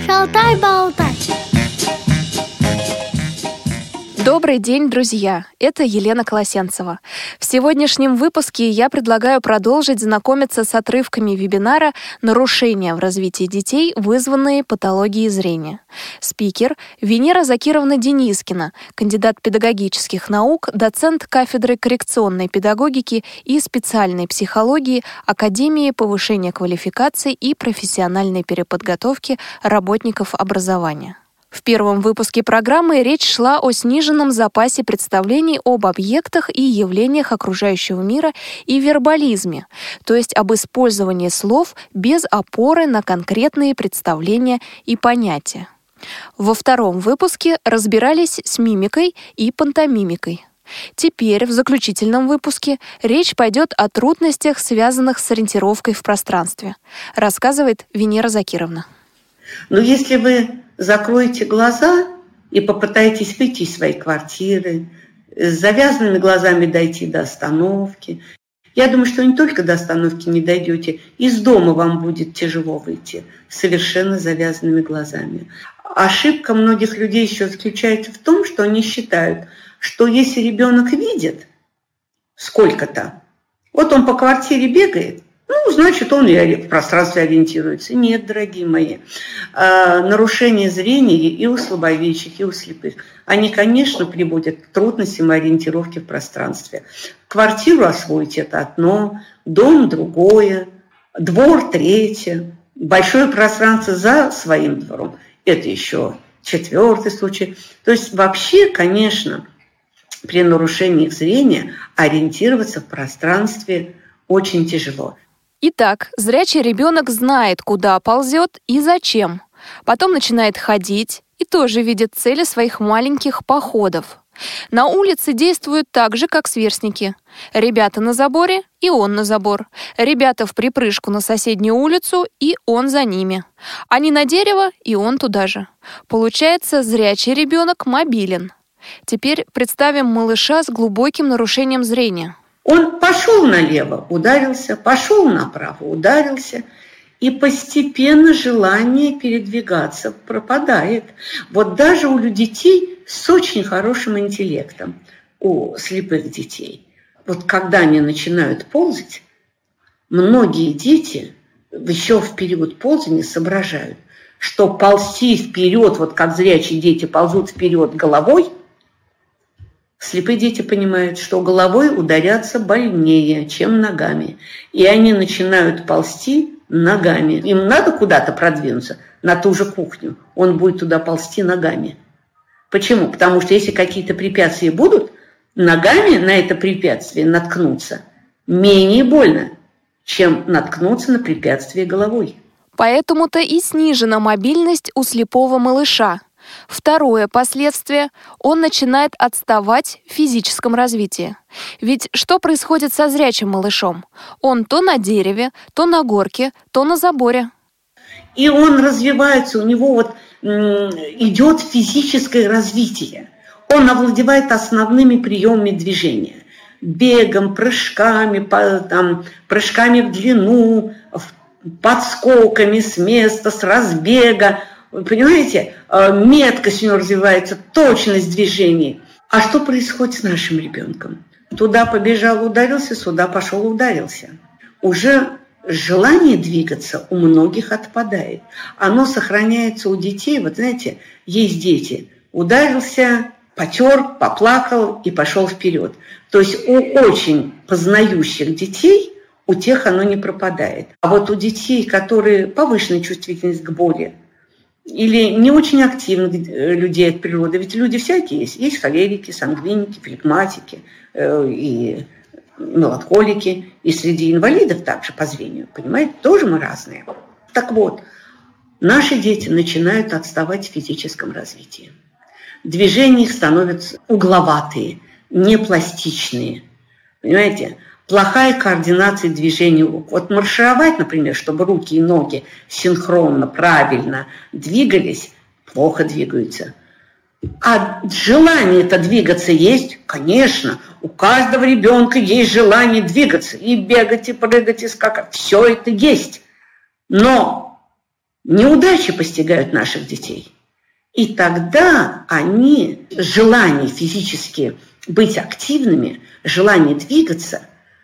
Шалтай-болтай. Добрый день, друзья! Это Елена Колосенцева. В сегодняшнем выпуске я предлагаю продолжить знакомиться с отрывками вебинара «Нарушения в развитии детей, вызванные патологией зрения». Спикер Венера Закировна Денискина, кандидат педагогических наук, доцент кафедры коррекционной педагогики и специальной психологии Академии повышения квалификации и профессиональной переподготовки работников образования. В первом выпуске программы речь шла о сниженном запасе представлений об объектах и явлениях окружающего мира и вербализме, то есть об использовании слов без опоры на конкретные представления и понятия. Во втором выпуске разбирались с мимикой и пантомимикой. Теперь, в заключительном выпуске, речь пойдет о трудностях, связанных с ориентировкой в пространстве, рассказывает Венера Закировна. Но если вы закроете глаза и попытаетесь выйти из своей квартиры, с завязанными глазами дойти до остановки, я думаю, что не только до остановки не дойдете, из дома вам будет тяжело выйти с совершенно завязанными глазами. Ошибка многих людей еще заключается в том, что они считают, что если ребенок видит сколько-то, вот он по квартире бегает, значит, он и в пространстве ориентируется. Нет, дорогие мои. Нарушение зрения и у слабовидящих, и у слепых, они, конечно, приводят к трудностям ориентировки в пространстве. Квартиру освоить – это одно, дом – другое, двор – третье, большое пространство за своим двором – это еще четвертый случай. То есть вообще, конечно, при нарушении зрения ориентироваться в пространстве очень тяжело. Итак, зрячий ребенок знает, куда ползет и зачем. Потом начинает ходить и тоже видит цели своих маленьких походов. На улице действуют так же, как сверстники. Ребята на заборе, и он на забор. Ребята в припрыжку на соседнюю улицу, и он за ними. Они на дерево, и он туда же. Получается, зрячий ребенок мобилен. Теперь представим малыша с глубоким нарушением зрения. Он пошел налево, ударился, пошел направо, ударился, и постепенно желание передвигаться пропадает. Вот даже у детей с очень хорошим интеллектом, у слепых детей, вот когда они начинают ползать, многие дети еще в период ползания соображают, что ползти вперед, вот как зрячие дети ползут вперед головой, слепые дети понимают, что головой ударяться больнее, чем ногами. И они начинают ползти ногами. Им надо куда-то продвинуться, на ту же кухню. Он будет туда ползти ногами. Почему? Потому что если какие-то препятствия будут, ногами на это препятствие наткнуться менее больно, чем наткнуться на препятствие головой. Поэтому-то и снижена мобильность у слепого малыша. Второе последствие – он начинает отставать в физическом развитии. Ведь что происходит со зрячим малышом? Он то на дереве, то на горке, то на заборе. И он развивается, у него идет физическое развитие. Он овладевает основными приемами движения. Бегом, прыжками, прыжками в длину, подскоками с места, с разбега. Вы понимаете, меткость у него развивается, точность движений. А что происходит с нашим ребенком? Туда побежал, ударился, сюда пошел, ударился. Уже желание двигаться у многих отпадает. Оно сохраняется у детей. Вот знаете, есть дети. Ударился, потер, поплакал и пошел вперед. То есть у очень познающих детей, у тех оно не пропадает. А вот у детей, которые повышенная чувствительность к боли, или не очень активных людей от природы. Ведь люди всякие есть. Есть холерики, сангвиники, флегматики и меланхолики. И среди инвалидов также по зрению. Понимаете, тоже мы разные. Так вот, наши дети начинают отставать в физическом развитии. Движения их становятся угловатые, непластичные. Понимаете? Плохая координация движений рук. Вот маршировать, например, чтобы руки и ноги синхронно, правильно двигались, плохо двигаются. А желание-то двигаться есть? Конечно. У каждого ребенка есть желание двигаться. И бегать, и прыгать, и скакать. Все это есть. Но неудачи постигают наших детей. И тогда они желание физически быть активными, желание двигаться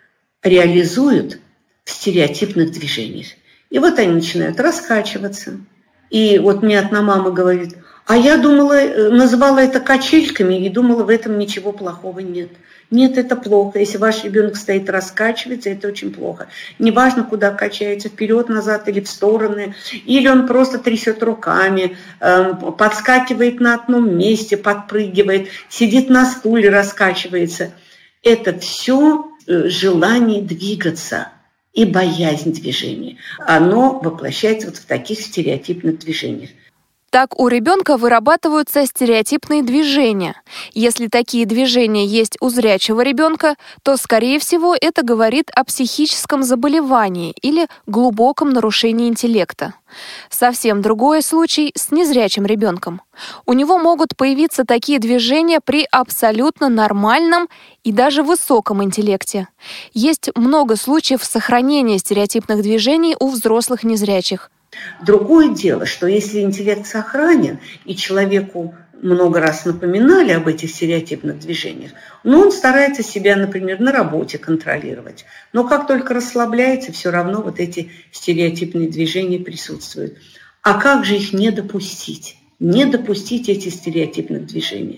реализуют в стереотипных движениях. И вот они начинают раскачиваться. И вот мне одна мама говорит: а я думала, называла это качельками и думала, в этом ничего плохого нет. Нет, это плохо. Если ваш ребенок стоит, раскачивается, это очень плохо. Неважно, куда качается, вперед, назад или в стороны. Или он просто трясет руками, подскакивает на одном месте, подпрыгивает, сидит на стуле, раскачивается. Это все желание двигаться и боязнь движения. Оно воплощается вот в таких стереотипных движениях. Так у ребенка вырабатываются стереотипные движения. Если такие движения есть у зрячего ребенка, то, скорее всего, это говорит о психическом заболевании или глубоком нарушении интеллекта. Совсем другой случай с незрячим ребенком. У него могут появиться такие движения при абсолютно нормальном и даже высоком интеллекте. Есть много случаев сохранения стереотипных движений у взрослых незрячих. Другое дело, что если интеллект сохранен, и человеку много раз напоминали об этих стереотипных движениях, но он старается себя, например, на работе контролировать. Но как только расслабляется, все равно вот эти стереотипные движения присутствуют. А как же их не допустить? Не допустить эти стереотипных движений.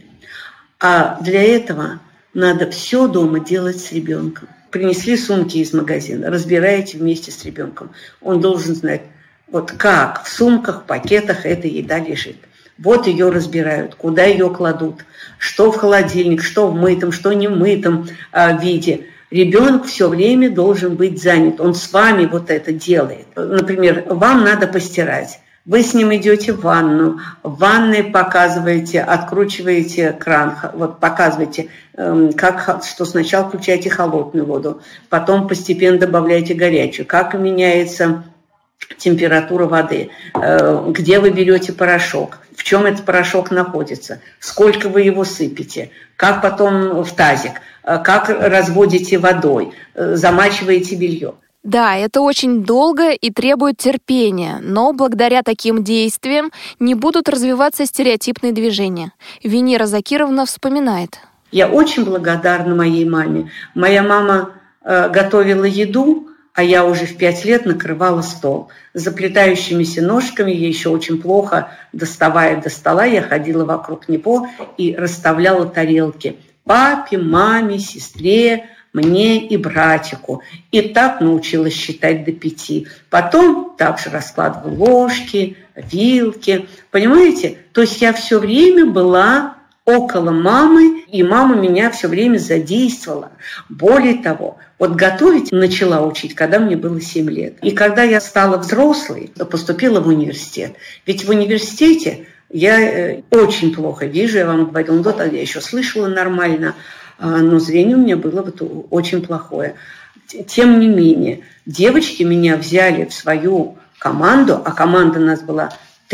А для этого надо все дома делать с ребенком. Принесли сумки из магазина, разбираете вместе с ребенком. Он должен знать, вот как в сумках, в пакетах эта еда лежит. Вот ее разбирают, куда ее кладут, что в холодильник, что в мытом, что не в мытом виде. Ребенок все время должен быть занят, он с вами вот это делает. Например, вам надо постирать. Вы с ним идете в ванну, в ванной показываете, откручиваете кран, вот показываете, что сначала включаете холодную воду, потом постепенно добавляете горячую, как меняется температура воды, где вы берете порошок, в чем этот порошок находится, сколько вы его сыпете, как потом в тазик, как разводите водой, замачиваете белье. Да, это очень долго и требует терпения, но благодаря таким действиям не будут развиваться стереотипные движения. Венера Закировна вспоминает. Я очень благодарна моей маме. Моя мама готовила еду, а я уже в 5 лет накрывала стол. С заплетающимися ножками, я еще очень плохо, доставая до стола, я ходила вокруг него и расставляла тарелки папе, маме, сестре, мне и братику. И так научилась считать до 5. Потом также раскладывала ложки, вилки. Понимаете? То есть я все время была около мамы, и мама меня все время задействовала. Более того, вот готовить начала учить, когда мне было 7 лет. И когда я стала взрослой, поступила в университет. Ведь в университете я очень плохо вижу, я вам говорила, ну, тогда я еще слышала нормально, но зрение у меня было вот очень плохое. Тем не менее, девочки меня взяли в свою команду, а команда у нас была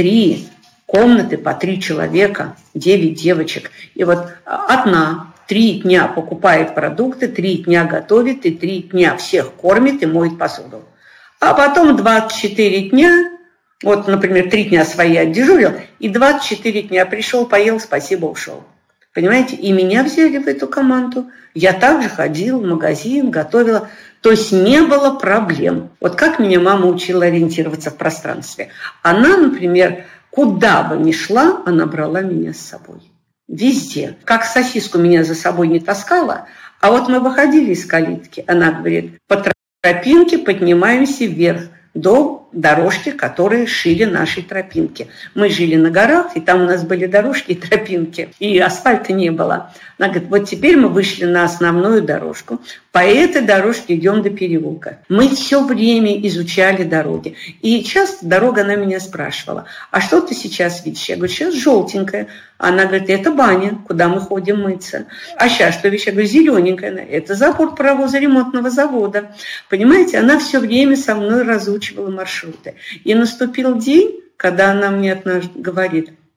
3 комнаты по 3 человека, 9 девочек. И вот одна 3 дня покупает продукты, 3 дня готовит и 3 дня всех кормит и моет посуду. А потом 24 дня, вот, например, 3 дня свои отдежурил, и 24 дня пришел, поел, спасибо, ушел. Понимаете? И меня взяли в эту команду. Я также ходила в магазин, готовила. То есть не было проблем. Вот как меня мама учила ориентироваться в пространстве. Она, например, куда бы ни шла, она брала меня с собой. Везде. Как сосиску меня за собой не таскала, а вот мы выходили из калитки. Она говорит, по тропинке поднимаемся вверх до дорожки, которые шили наши тропинки. Мы жили на горах, и там у нас были дорожки и тропинки, и асфальта не было. Она говорит, вот теперь мы вышли на основную дорожку, по этой дорожке идем до переулка. Мы все время изучали дороги. И часто дорога, она меня спрашивала, а что ты сейчас видишь? Я говорю, сейчас желтенькая. Она говорит, это баня, куда мы ходим мыться. А сейчас что видишь? Я говорю, зелененькая. Это забор паровозно-ремонтного завода. Понимаете, она все время со мной разучивала маршруты. И наступил день, когда она мне однажды говорит,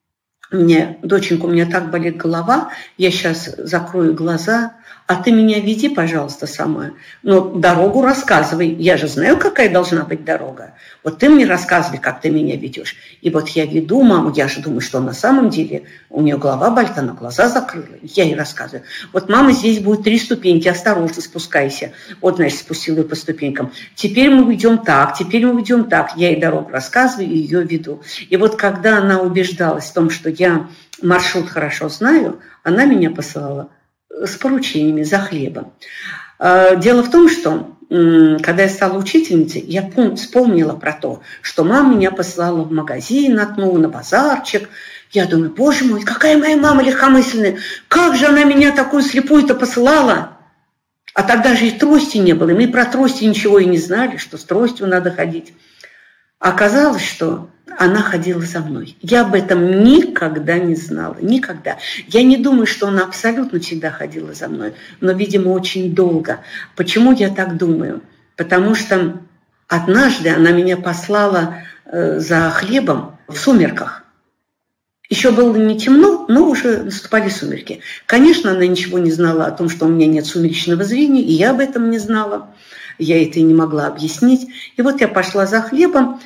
мне: доченька, у меня так болит голова, я сейчас закрою глаза, а ты меня веди, пожалуйста, сама. Но дорогу рассказывай, я же знаю, какая должна быть дорога. Вот ты мне рассказывай, как ты меня ведешь. И вот я веду маму, я же думаю, что на самом деле у нее голова болит, она глаза закрыла. Я ей рассказываю: вот, мама, здесь будет 3 ступеньки, осторожно спускайся. Вот, значит, спустила ее по ступенькам. Теперь мы уйдем так, теперь мы уйдем так. Я ей дорогу рассказываю и ее веду. И вот когда она убеждалась в том, что я маршрут хорошо знаю, она меня посылала с поручениями за хлебом. Дело в том, что когда я стала учительницей, я вспомнила про то, что мама меня посылала в магазин, на базарчик. Я думаю: боже мой, какая моя мама легкомысленная, как же она меня такую слепую-то посылала. А тогда же и трости не было, и мы про трости ничего и не знали, что с тростью надо ходить. Оказалось, что она ходила за мной. Я об этом никогда не знала, никогда. Я не думаю, что она абсолютно всегда ходила за мной, но, видимо, очень долго. Почему я так думаю? Потому что однажды она меня послала за хлебом в сумерках. Еще было не темно, но уже наступали сумерки. Конечно, она ничего не знала о том, что у меня нет сумеречного зрения, и я об этом не знала. Я это и не могла объяснить. И вот я пошла за хлебом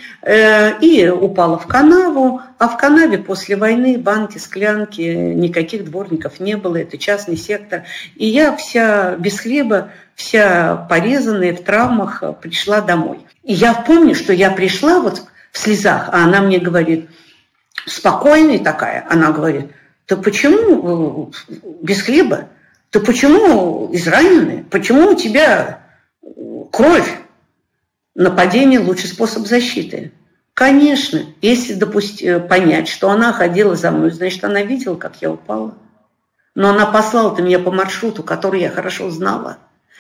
и упала в канаву. А в канаве после войны банки, склянки, никаких дворников не было. Это частный сектор. И я вся без хлеба, вся порезанная, в травмах, пришла домой. И я помню, что я пришла вот в слезах, а она мне говорит, спокойная такая, она говорит: ты почему без хлеба? Ты почему израненная? Почему у тебя кровь? Нападение – лучший способ защиты. Конечно, если понять, что она ходила за мной, значит, она видела, как я упала. Но она послала-то меня по маршруту, который я хорошо знала.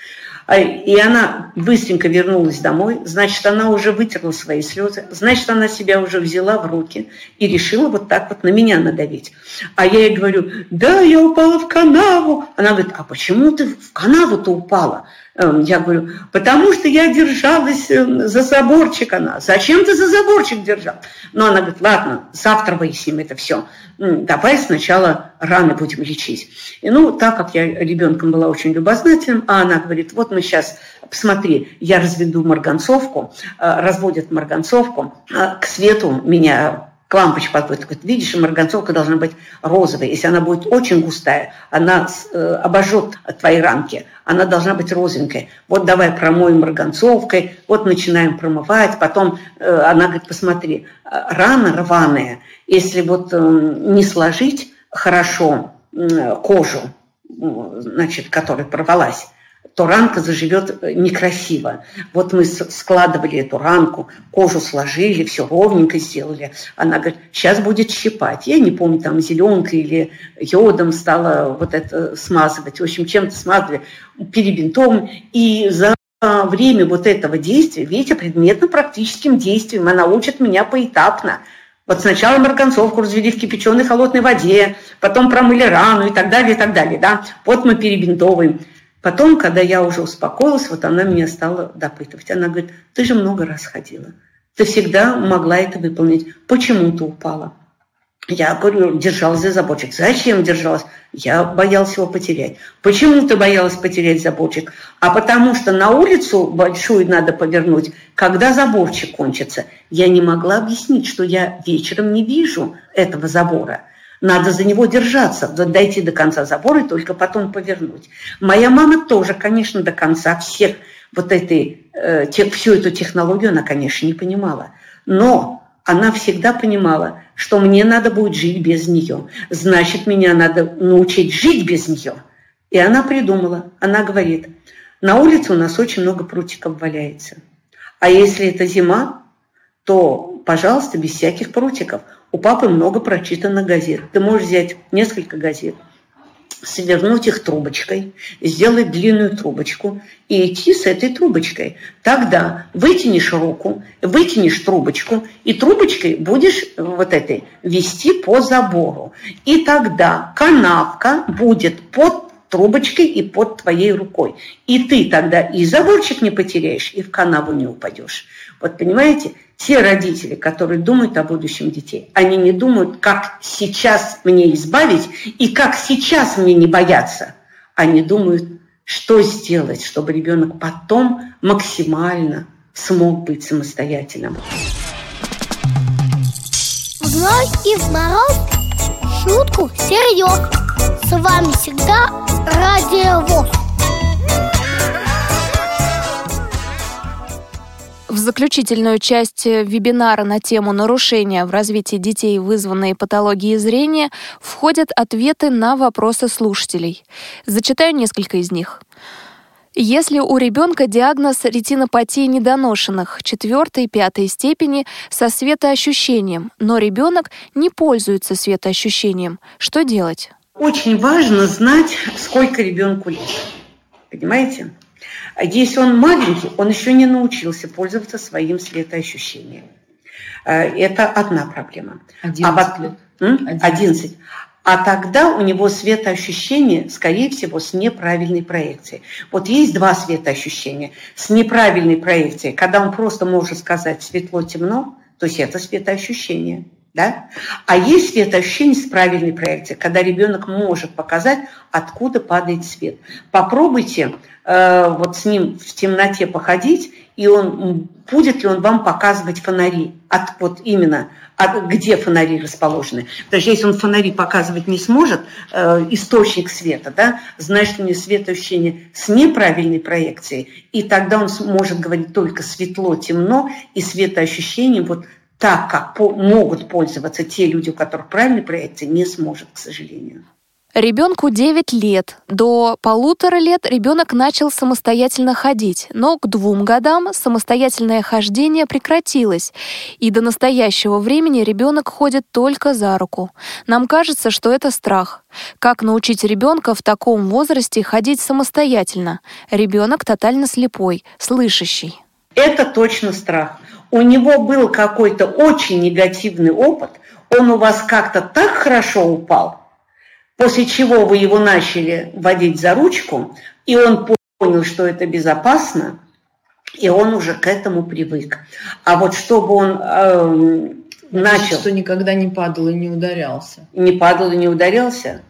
И она быстренько вернулась домой, значит, она уже вытерла свои слезы, значит, она себя уже взяла в руки и решила вот так вот на меня надавить. А я ей говорю: да, я упала в канаву. Она говорит: а почему ты в канаву-то упала? Я говорю: потому что я держалась за заборчик. Она: зачем ты за заборчик держал? Но она говорит: ладно, завтра выясним это все. Давай сначала раны будем лечить. И так как я ребенком была очень любознательным, а она говорит: вот мы сейчас, посмотри, я разведу марганцовку, разводят марганцовку, к свету меня к лампочке подводит. Говорит: видишь, марганцовка должна быть розовой. Если она будет очень густая, она обожжет твои ранки. Она должна быть розовенькой. Вот давай промоем марганцовкой. Вот начинаем промывать. Потом она говорит: посмотри, рана рваная. Если вот не сложить хорошо кожу, значит, которая порвалась, то ранка заживет некрасиво. Вот мы складывали эту ранку, кожу сложили, все ровненько сделали. Она говорит: сейчас будет щипать. Я не помню, там зеленкой или йодом стала вот это смазывать. В общем, чем-то смазывали, перебинтом. И за время вот этого действия, видите, предметно-практическим действием она учит меня поэтапно. Вот сначала марганцовку развели в кипяченой холодной воде, потом промыли рану и так далее, да. Вот мы перебинтовываем. Потом, когда я уже успокоилась, вот она меня стала допытывать. Она говорит: ты же много раз ходила. Ты всегда могла это выполнить. Почему ты упала? Я говорю: держалась за заборчик. Зачем держалась? Я боялась его потерять. Почему ты боялась потерять заборчик? А потому что на улицу большую надо повернуть, когда заборчик кончится. Я не могла объяснить, что я вечером не вижу этого забора. Надо за него держаться, дойти до конца забора и только потом повернуть. Моя мама тоже, конечно, до конца всю эту технологию она, конечно, не понимала. Но она всегда понимала, что мне надо будет жить без нее. Значит, меня надо научить жить без нее. И она придумала, она говорит: на улице у нас очень много прутиков валяется. А если это зима, то, пожалуйста, без всяких прутиков. У папы много прочитанных газет. Ты можешь взять несколько газет, свернуть их трубочкой, сделать длинную трубочку и идти с этой трубочкой. Тогда вытянешь руку, вытянешь трубочку, и трубочкой будешь вот этой вести по забору. И тогда канавка будет под трубочкой и под твоей рукой. И ты тогда и заборчик не потеряешь, и в канаву не упадешь. Вот понимаете, те родители, которые думают о будущем детей, они не думают, как сейчас мне избавить и как сейчас мне не бояться. Они думают, что сделать, чтобы ребенок потом максимально смог быть самостоятельным. В зной и в мороз шутку серьез. С вами всегда Радио ВОС. В заключительную часть вебинара на тему нарушения в развитии детей, вызванные патологией зрения, входят ответы на вопросы слушателей. Зачитаю несколько из них. Если у ребенка диагноз ретинопатии недоношенных 4-5 степени со светоощущением, но ребенок не пользуется светоощущением, что делать? Очень важно знать, сколько ребенку лет. Понимаете? Если он маленький, он еще не научился пользоваться своим светоощущением. Это одна проблема. 11 лет. 11. А тогда у него светоощущение, скорее всего, с неправильной проекцией. Вот есть два светоощущения. С неправильной проекцией, когда он просто может сказать светло-темно, то есть это светоощущение. Да? А есть светоощущение с правильной проекцией, когда ребенок может показать, откуда падает свет. Попробуйте вот с ним в темноте походить, и будет ли он вам показывать фонари, где фонари расположены. Потому что если он фонари показывать не сможет, источник света, да, значит, у него светоощущение с неправильной проекцией, и тогда он может говорить только светло-темно, и светоощущение вот так, как могут пользоваться те люди, у которых правильной проекции, не сможет, к сожалению. Ребенку 9 лет. До 1,5 лет ребенок начал самостоятельно ходить, но к 2 годам самостоятельное хождение прекратилось, и до настоящего времени ребенок ходит только за руку. Нам кажется, что это страх. Как научить ребенка в таком возрасте ходить самостоятельно? Ребенок тотально слепой, слышащий. Это точно страх. У него был какой-то очень негативный опыт, он у вас как-то так хорошо упал, после чего вы его начали водить за ручку, и он понял, что это безопасно, и он уже к этому привык. А вот чтобы он начал... Что никогда не падал и не ударялся. Не падал и не ударялся?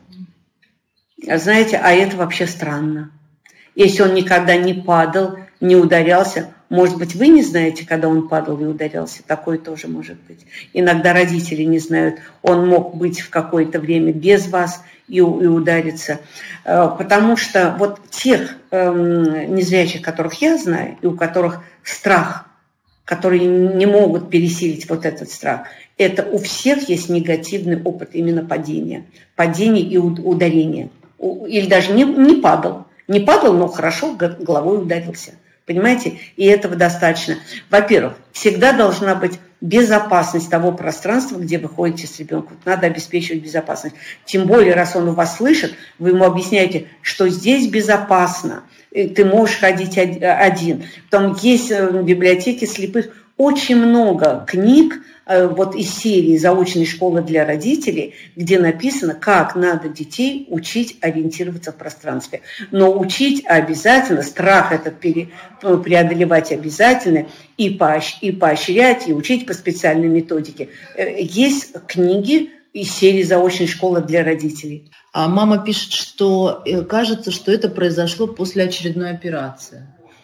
Знаете, а это вообще странно. Если он никогда не падал, не ударялся, может быть, вы не знаете, когда он падал и ударялся? Такое тоже может быть. Иногда родители не знают. Он мог быть в какое-то время без вас и удариться. Потому что вот тех незрячих, которых я знаю, и у которых страх, которые не могут пересилить вот этот страх, это у всех есть негативный опыт именно падения. Падения и ударения. Или даже не падал. Не падал, но хорошо головой ударился. Понимаете? И этого достаточно. Во-первых, всегда должна быть безопасность того пространства, где вы ходите с ребенком. Надо обеспечивать безопасность. Тем более, раз он у вас слышит, вы ему объясняете, что здесь безопасно. Ты можешь ходить один. Потом есть в библиотеке слепых очень много книг вот из серии «Заочной школы для родителей», где написано, как надо детей учить ориентироваться в пространстве. Но учить обязательно, страх этот преодолевать обязательно, и поощрять, и учить по специальной методике. Есть книги из серии «Заочной школы для родителей». А мама пишет, что кажется, что это произошло после очередной операции.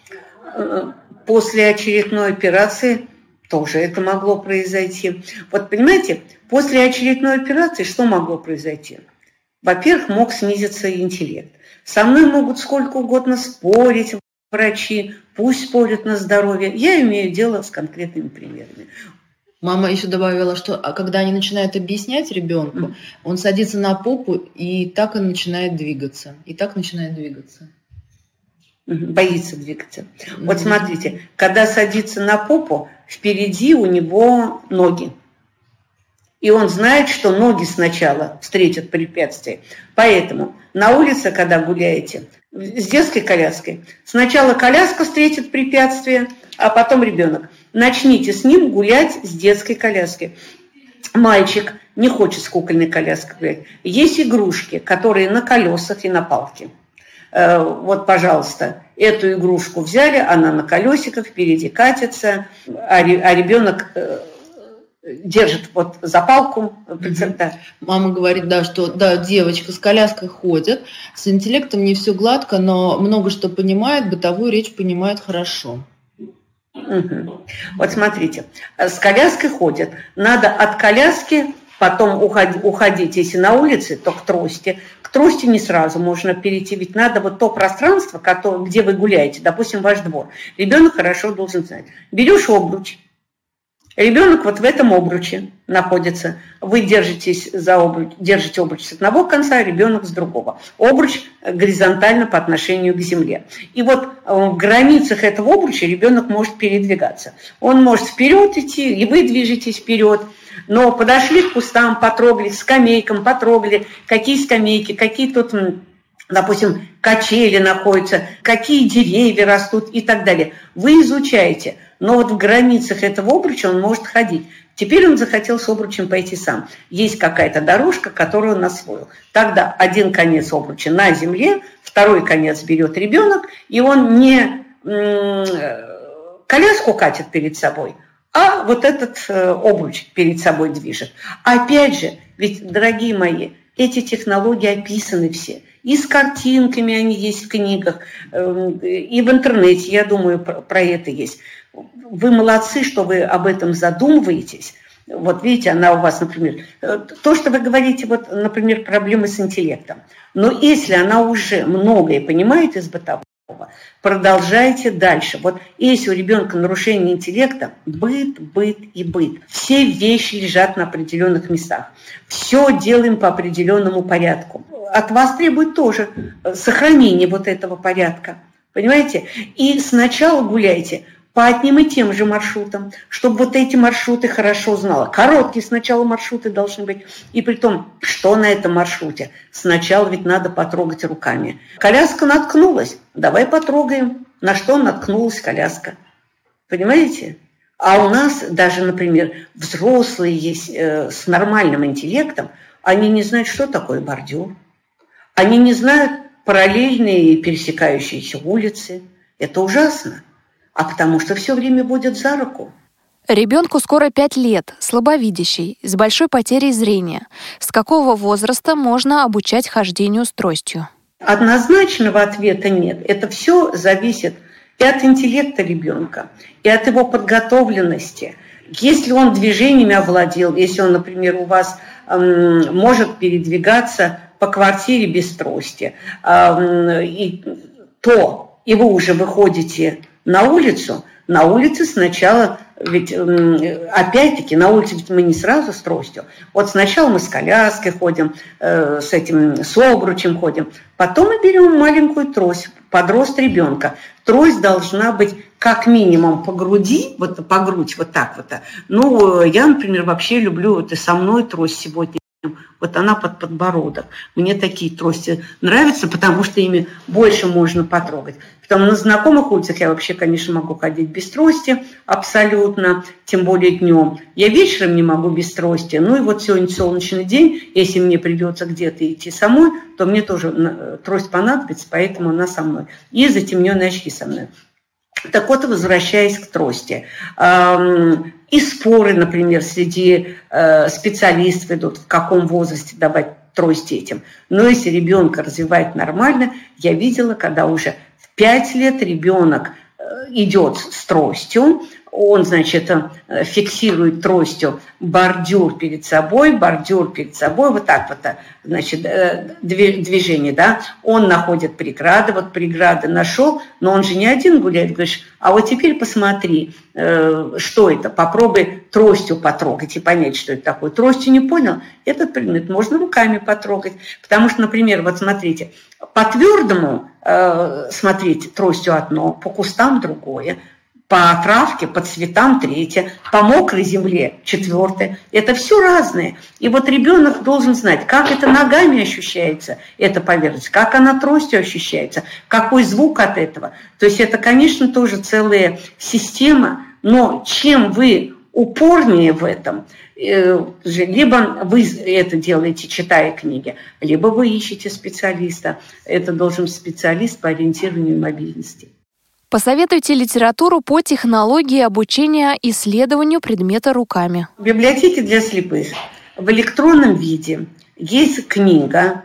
После очередной операции тоже это могло произойти. Вот понимаете, после очередной операции что могло произойти? Во-первых, мог снизиться интеллект. Со мной могут сколько угодно спорить врачи, пусть спорят на здоровье. Я имею дело с конкретными примерами. Мама еще добавила, что когда они начинают объяснять ребенку, он садится на попу, и так он начинает двигаться. Боится двигаться. Вот смотрите, когда садится на попу, впереди у него ноги. И он знает, что ноги сначала встретят препятствие. Поэтому на улице, когда гуляете с детской коляской, сначала коляска встретит препятствие, а потом ребенок. Начните с ним гулять с детской коляской. Мальчик не хочет с кукольной коляской гулять. Есть игрушки, которые на колесах и на палке. вот, пожалуйста, эту игрушку взяли, она на колесиках, впереди катится, а ребенок держит вот за палку. Мама говорит, да, что да, девочка с коляской ходит, с интеллектом не все гладко, но много что понимает, бытовую речь понимает хорошо. Вот смотрите, с коляской ходят. Надо от коляски потом уходить, если на улице, то к трости. К трости не сразу можно перейти, ведь надо вот то пространство, где вы гуляете, допустим, ваш двор. Ребенок хорошо должен знать. Берешь обруч, ребенок вот в этом обруче находится. Вы держитесь за обруч, держите обруч с одного конца, ребенок с другого. Обруч горизонтально по отношению к земле. И вот в границах этого обруча ребенок может передвигаться. Он может вперед идти, и вы движетесь вперед. Но подошли к кустам, потрогали, к скамейкам, потрогали, какие скамейки, какие тут, допустим, качели находятся, какие деревья растут и так далее. Вы изучаете, но вот в границах этого обруча он может ходить. Теперь он захотел с обручем пойти сам. Есть какая-то дорожка, которую он освоил. Тогда один конец обруча на земле, второй конец берет ребенок, и он не коляску катит перед собой, а вот этот обруч перед собой движет. Опять же, ведь, дорогие мои, эти технологии описаны все. И с картинками они есть в книгах, и в интернете, я думаю, про это есть. Вы молодцы, что вы об этом задумываетесь. Вот видите, она у вас, например, то, что вы говорите, вот, например, проблемы с интеллектом. Но если она уже многое понимает из бытового, продолжайте дальше. Вот если у ребенка нарушение интеллекта, быт и быт. Все вещи лежат на определенных местах. Все делаем по определенному порядку. От вас требует тоже сохранение вот этого порядка. Понимаете? И сначала гуляйте по одним и тем же маршрутам, чтобы вот эти маршруты хорошо знала. Короткие сначала маршруты должны быть. И при том, что на этом маршруте? Сначала ведь надо потрогать руками. Коляска наткнулась, давай потрогаем, на что наткнулась коляска. Понимаете? А у нас даже, например, взрослые есть с нормальным интеллектом, они не знают, что такое бордюр. Они не знают параллельные пересекающиеся улицы. Это ужасно. А потому что все время водят за руку. Ребенку скоро 5 лет, слабовидящий, с большой потерей зрения. С какого возраста можно обучать хождению с тростью? Однозначного ответа нет. Это все зависит и от интеллекта ребенка, и от его подготовленности. Если он движениями овладел, если он, например, у вас может передвигаться по квартире без трости, и вы уже выходите на улице сначала, ведь опять-таки на улице ведь мы не сразу с тростью. Вот сначала мы с коляской ходим, с обручем ходим, потом мы берем маленькую трость под рост ребенка. Трость должна быть как минимум по груди, вот по грудь, вот так вот. Ну, я, например, вообще люблю вот и со мной трость сегодня. Вот она под подбородок. Мне такие трости нравятся, потому что ими больше можно потрогать. Потому на знакомых улицах я вообще, конечно, могу ходить без трости абсолютно, тем более днем. Я вечером не могу без трости. Ну и вот сегодня солнечный день, если мне придется где-то идти самой, то мне тоже трость понадобится, поэтому она со мной. И затемненные очки со мной. Так вот, возвращаясь к трости. И споры, например, среди специалистов идут, в каком возрасте давать трость детям. Но если ребенка развивать нормально, я видела, когда уже в 5 лет ребенок идет с тростью, он, значит, фиксирует тростью бордюр перед собой, вот так вот, значит, движение, да, он находит преграды, вот преграды нашел, но он же не один гуляет, говоришь, а вот теперь посмотри, что это, попробуй тростью потрогать и понять, что это такое. Тростью не понял, этот предмет можно руками потрогать, потому что, например, вот смотрите, по твердому смотреть тростью одно, по кустам другое, по травке, по цветам третье, по мокрой земле четвертое. Это все разное. И вот ребенок должен знать, как это ногами ощущается, эта поверхность, как она тростью ощущается, какой звук от этого. То есть это, конечно, тоже целая система, но чем вы упорнее в этом, либо вы это делаете, читая книги, либо вы ищете специалиста. Это должен быть специалист по ориентированию и мобильности. Посоветуйте литературу по технологии обучения исследованию предмета руками. В библиотеке для слепых в электронном виде есть книга,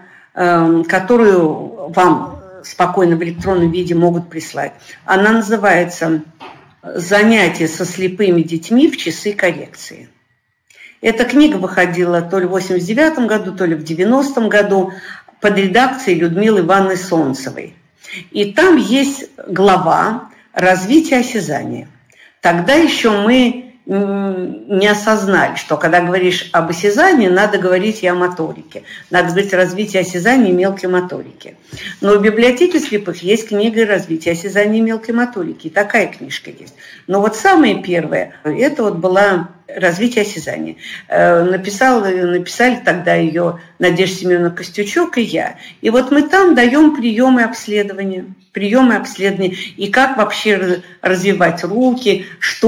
которую вам спокойно в электронном виде могут прислать. Она называется «Занятия со слепыми детьми в часы коррекции». Эта книга выходила то ли в 1989 году, то ли в 1990 году под редакцией Людмилы Ивановны Солнцевой. И там есть глава «Развитие осязания». Тогда еще мы не осознали, что когда говоришь об осязании, надо говорить и о моторике. Надо говорить о развитии осязания и мелкой моторики. Но в библиотеке слепых есть книга «Развитие осязания и мелкой моторики». И такая книжка есть. Но вот самое первое, это вот была «Развитие осязания». Написали тогда ее Надежда Семеновна Костючок и я. И вот мы там даем приемы обследования, и как вообще развивать руки,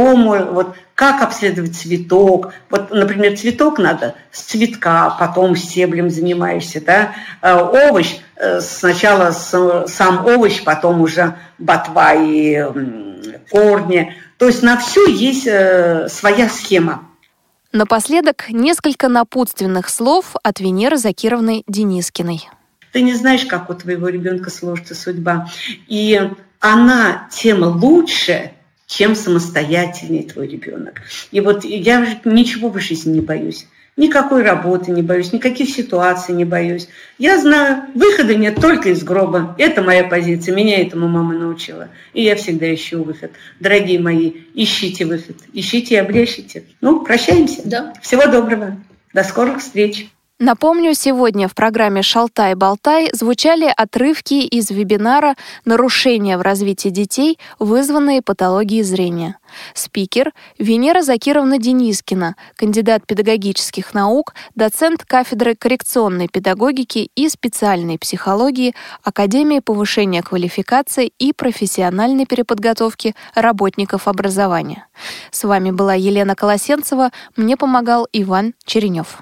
как обследовать цветок. Вот, например, цветок надо с цветка, потом стеблем занимаешься, да? Овощ, сначала сам овощ, потом уже ботва и корни. То есть на все есть своя схема. Напоследок несколько напутственных слов от Венеры Закировны Денискиной. Ты не знаешь, как у твоего ребенка сложится судьба. И она тем лучше, чем самостоятельнее твой ребенок. И вот я ничего в жизни не боюсь. Никакой работы не боюсь, никаких ситуаций не боюсь. Я знаю, выхода нет только из гроба. Это моя позиция, меня этому мама научила. И я всегда ищу выход. Дорогие мои, ищите выход, ищите и облещите. Прощаемся. Да. Всего доброго. До скорых встреч. Напомню, сегодня в программе «Шалтай-болтай» звучали отрывки из вебинара «Нарушения в развитии детей, вызванные патологией зрения». Спикер — Венера Закировна Денискина, кандидат педагогических наук, доцент кафедры коррекционной педагогики и специальной психологии Академии повышения квалификации и профессиональной переподготовки работников образования. С вами была Елена Колосенцева, мне помогал Иван Черенев.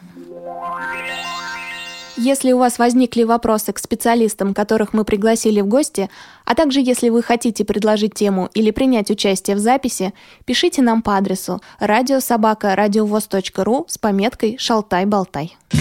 Если у вас возникли вопросы к специалистам, которых мы пригласили в гости, а также если вы хотите предложить тему или принять участие в записи, пишите нам по адресу radio@radiovoz.ru с пометкой «Шалтай-болтай».